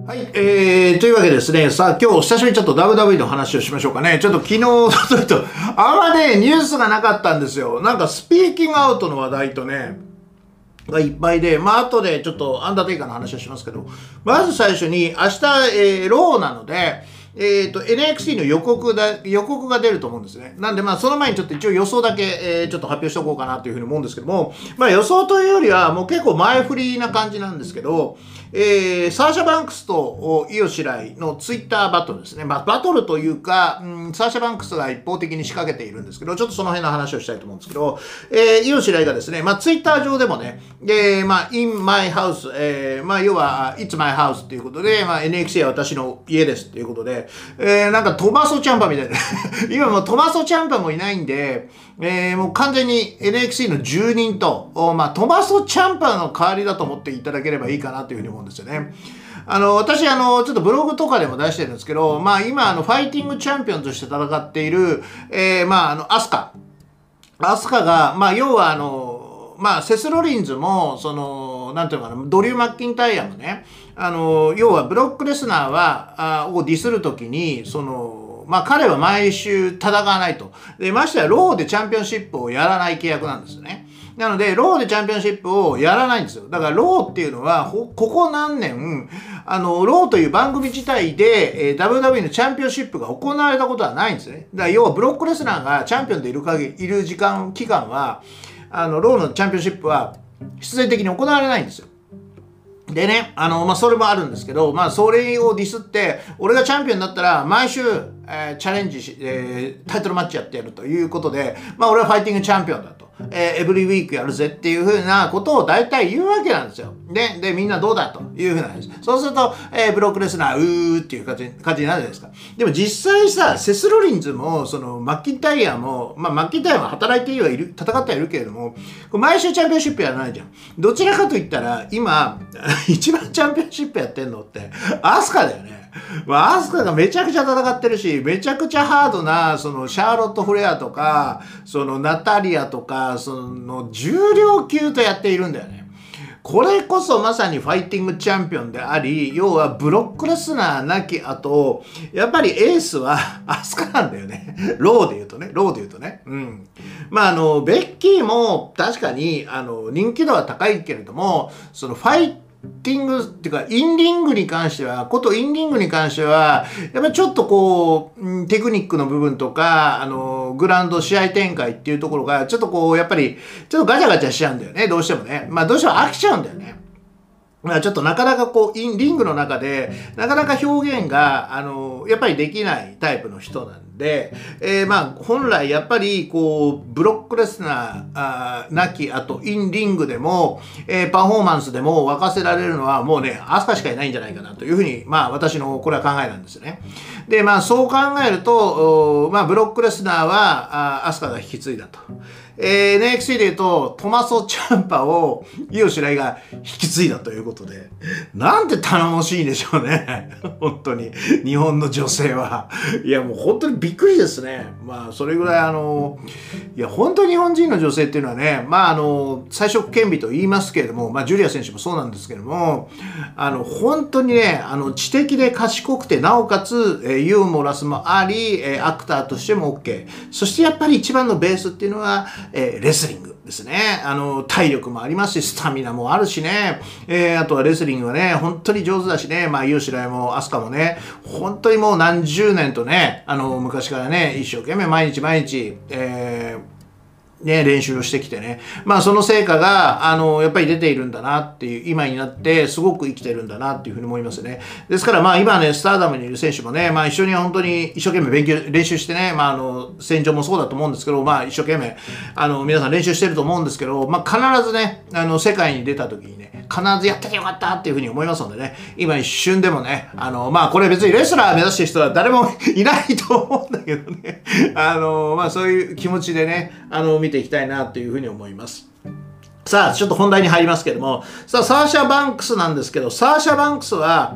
はい、というわけでですね、さあ今日久しぶりにちょっと WWE の話をしましょうかね。ちょっと昨日、あんまね、ニュースがなかったんですよ。なんかスピーキングアウトの話題とね、がいっぱいで、まあ後でちょっとアンダーテイカーの話をしますけど、まず最初に明日、ローなので、NXT の予告が出ると思うんですね。なんでまあその前にちょっと一応予想だけ、ちょっと発表しておこうかなというふうに思うんですけども、まあ予想というよりはもう結構前振りな感じなんですけど、サーシャ・バンクスとイオシライのツイッターバトルですね。まあバトルというか、サーシャ・バンクスが一方的に仕掛けているんですけど、ちょっとその辺の話をしたいと思うんですけど、イオシライがですね、まあツイッター上でもね、まあ in my house、まあ要は it's my house ということで、まあ NXT は私の家ですということで、なんかトマソ・チャンパみたいな。今もうトマソ・チャンパもいないんで、もう完全に NXT の住人と、まあトマソ・チャンパの代わりだと思っていただければいいかなというふうに思うんですよね。私ちょっとブログとかでも出してるんですけど、まあ今ファイティングチャンピオンとして戦っている、まあアスカが、まあ要はまあセスロリンズも、なんていうのかな、ドリュー・マッキンタイヤもね、要はブロックレスナーをディスるときに、まあ彼は毎週戦わないと。で、ましてやローでチャンピオンシップをやらない契約なんですよね。なので、ローでチャンピオンシップをやらないんですよ。だから、ローっていうのは、ここ何年、ローという番組自体で、WWE のチャンピオンシップが行われたことはないんですね。だから、要はブロックレスナーがチャンピオンでいる期間は、ローのチャンピオンシップは必然的に行われないんですよ。でね、まあ、それもあるんですけど、まあ、それをディスって、俺がチャンピオンだったら、毎週、チャレンジし、タイトルマッチやってやるということで、まあ、俺はファイティングチャンピオンだと。エブリウィークやるぜっていうふうなことを大体言うわけなんですよ。で、みんなどうだというふうな話。そうすると、ブロックレスナー、っていう感じになるじゃないですか。でも実際さ、セスロリンズも、マッキンタイヤも、まあ、マッキンタイヤは働いてはいる、戦ってはいるけれども、毎週チャンピオンシップやらないじゃん。どちらかと言ったら、今、一番チャンピオンシップやってんのって、アスカだよね。まあ、アスカがめちゃくちゃ戦ってるし、めちゃくちゃハードな、シャーロット・フレアとか、ナタリアとか、重量級とやっているんだよね。これこそまさにファイティングチャンピオンであり、要はブロックレスナーなき後、やっぱりエースはアスカなんだよね。ローで言うとね。うん。まあ、ベッキーも確かに、人気度は高いけれども、ファイティングっていうか、インリングに関しては、やっぱりちょっとこう、テクニックの部分とか、グラウンド試合展開っていうところが、ちょっとこう、やっぱり、ちょっとガチャガチャしちゃうんだよね、どうしてもね。まあ、どうしても飽きちゃうんだよね。まあちょっとなかなかこう、リングの中で、なかなか表現が、やっぱりできないタイプの人なんで、まあ本来やっぱりこう、ブロックレスナーなき、あとインリングでも、パフォーマンスでも沸かせられるのはもうね、アスカしかいないんじゃないかなというふうに、まあ私のこれは考えなんですよね。で、まあそう考えると、まあブロックレスナーは、アスカが引き継いだと。NXT で言うと、トマソ・チャンパをイオシライが引き継いだということで、なんて頼もしいでしょうね。本当に。日本の女性は。いや、もう本当にびっくりですね。まあ、それぐらいいや、本当に日本人の女性っていうのはね、まあ、才色兼備と言いますけれども、まあ、ジュリア選手もそうなんですけれども、本当にね、知的で賢くて、なおかつ、ユーモラスもあり、アクターとしても OK。そしてやっぱり一番のベースっていうのは、レスリングですね。体力もありますし、スタミナもあるしね。あとはレスリングはね、本当に上手だしね。まあ、イオシライもアスカもね、本当にもう何十年とね、昔からね、一生懸命毎日、ね、練習をしてきてね。まあ、その成果が、やっぱり出ているんだなっていう、今になって、すごく生きてるんだなっていうふうに思いますね。ですから、まあ、今ね、スターダムにいる選手もね、まあ、一緒に本当に一生懸命練習してね、まあ、戦場もそうだと思うんですけど、まあ、一生懸命、皆さん練習してると思うんですけど、まあ、必ずね、世界に出た時にね、必ずやっててよかったっていうふうに思いますのでね、今一瞬でもね、まあ、これ別にレスラー目指してる人は誰もいないと思うんだけどね、まあ、そういう気持ちでね、見ていきたいなというふうに思います。さあ、ちょっと本題に入りますけれども、さあ、サーシャ・バンクスなんですけど、サーシャ・バンクスは、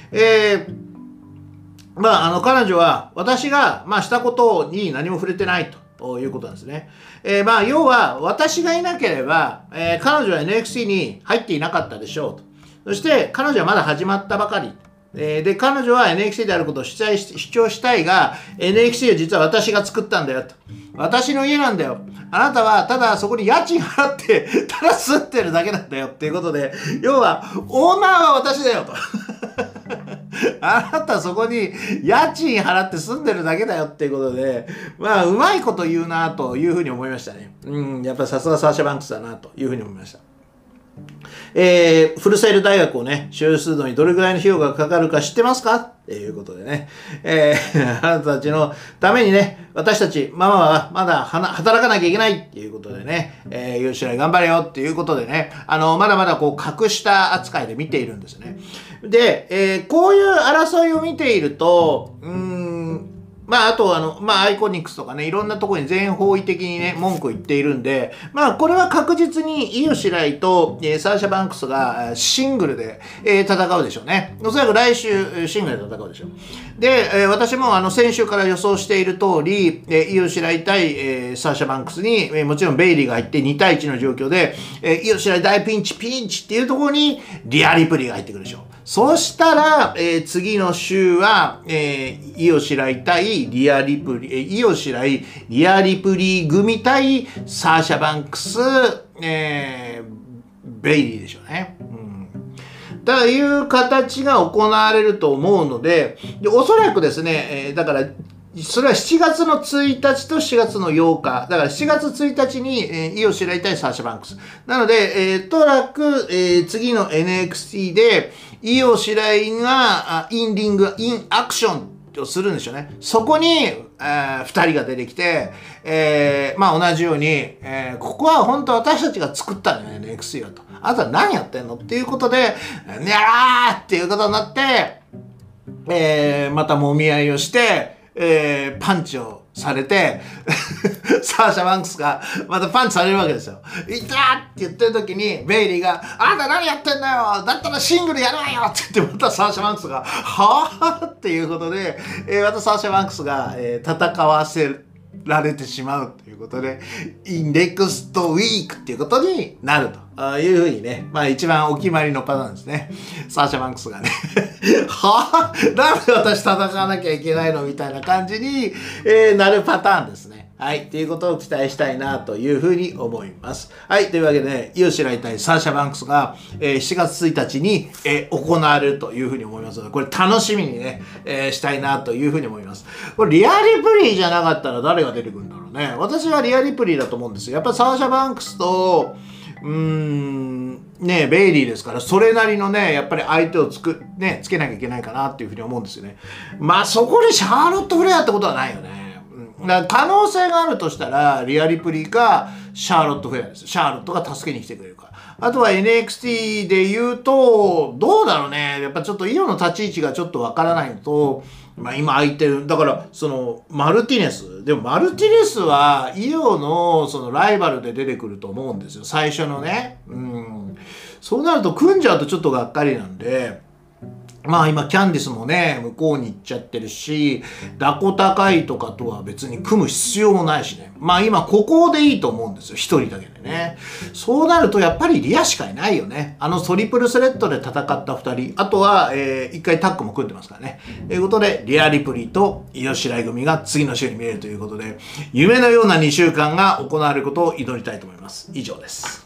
まあ、彼女は私が、まあ、したことに何も触れてないということなんですね。まあ、要は、私がいなければ、彼女は NXT に入っていなかったでしょうと。そして、彼女はまだ始まったばかりで、彼女は NXT であることを主張したいが、NXT は実は私が作ったんだよと。私の家なんだよ。あなたはただそこに家賃払って、ただ住んでるだけなんだよっていうことで、要は、オーナーは私だよと。あなたそこに家賃払って住んでるだけだよっていうことで、まあ、うまいこと言うなというふうに思いましたね。やっぱりさすがサーシャ・バンクスだなというふうに思いました。フルサイル大学をね、使用するのにどれぐらいの費用がかかるか知ってますかっていうことでね、あなたたちのためにね、私たちママはまだ働かなきゃいけないっていうことでね、よしらい頑張れよっていうことでね、まだまだこう隠した扱いで見ているんですね。で、こういう争いを見ていると、まあ、あとアイコニクスとかね、いろんなところに全方位的にね、文句を言っているんで、まあ、これは確実にイオシライと、サーシャ・バンクスがシングルで、戦うでしょうね。おそらく来週シングルで戦うでしょう。で、私も先週から予想している通り、イオシライ対、サーシャ・バンクスに、もちろんベイリーが入って2対1の状況で、イオシライ大ピンチっていうところにリア・リプリーが入ってくるでしょう。そしたら、次の週は、イオシライ対リアリプリ、イオシライ、リアリプリ組対サーシャ・バンクス、ベイリーでしょうね。という形が行われると思うので、おそらくですね、だから、それは7月の1日と7月の8日。だから7月1日に、イオシライ対サーシャ・バンクス。なので、おそらく、次の NXT で、イオシライがインアクションをするんでしょうね。そこに、2人が出てきて、まあ同じように、ここは本当私たちが作ったんだよね、NXT はと。あなた何やってんのっていうことで、にゃーっていうことになって、また揉み合いをして、パンチをされてサーシャ・バンクスがまたパンチされるわけですよ。いたーって言ってる時にベイリーが「あんた何やってんだよ、だったらシングルやるわよ」って言って、またサーシャ・バンクスが「はぁ?」っていうことで、またサーシャ・バンクスが、戦わせられてしまうということで、インデックストウィークっていうことになるというふうにね、まあ一番お決まりのパターンですね。サーシャ・バンクスがねはぁ、なんで私戦わなきゃいけないのみたいな感じに、なるパターンですね。はい。ということを期待したいなというふうに思います。はい。というわけで、イオシライ対サーシャ・バンクスが、7月1日に、行われるというふうに思いますので、これ楽しみにね、したいなというふうに思います。これリアリプリーじゃなかったら誰が出てくるんだろうね。私はリアリプリーだと思うんですよ。やっぱサーシャ・バンクスと、ね、ベイリーですから、それなりのね、やっぱり相手をつけなきゃいけないかなっていうふうに思うんですよね。まあそこでシャーロット・フレアってことはないよね。だから可能性があるとしたら、リアリプリかシャーロット・フレアです。シャーロットが助けに来てくれるか。あとは NXT で言うと、どうだろうね。やっぱちょっとイオの立ち位置がちょっとわからないのと、まあ今空いてる。だから、マルティネス。でもマルティネスはイオのライバルで出てくると思うんですよ。最初のね。そうなると組んじゃうとちょっとがっかりなんで、まあ今キャンディスもね、向こうに行っちゃってるし、ダコタカイとかとは別に組む必要もないしね。まあ今ここでいいと思うんですよ。一人だけでね。そうなるとやっぱりリアしかいないよね。トリプルスレッドで戦った二人。あとは、一回タッグも組んでますからね。ということで、リアリプリとイオシライ組が次の週に見えるということで、夢のような2週間が行われることを祈りたいと思います。以上です。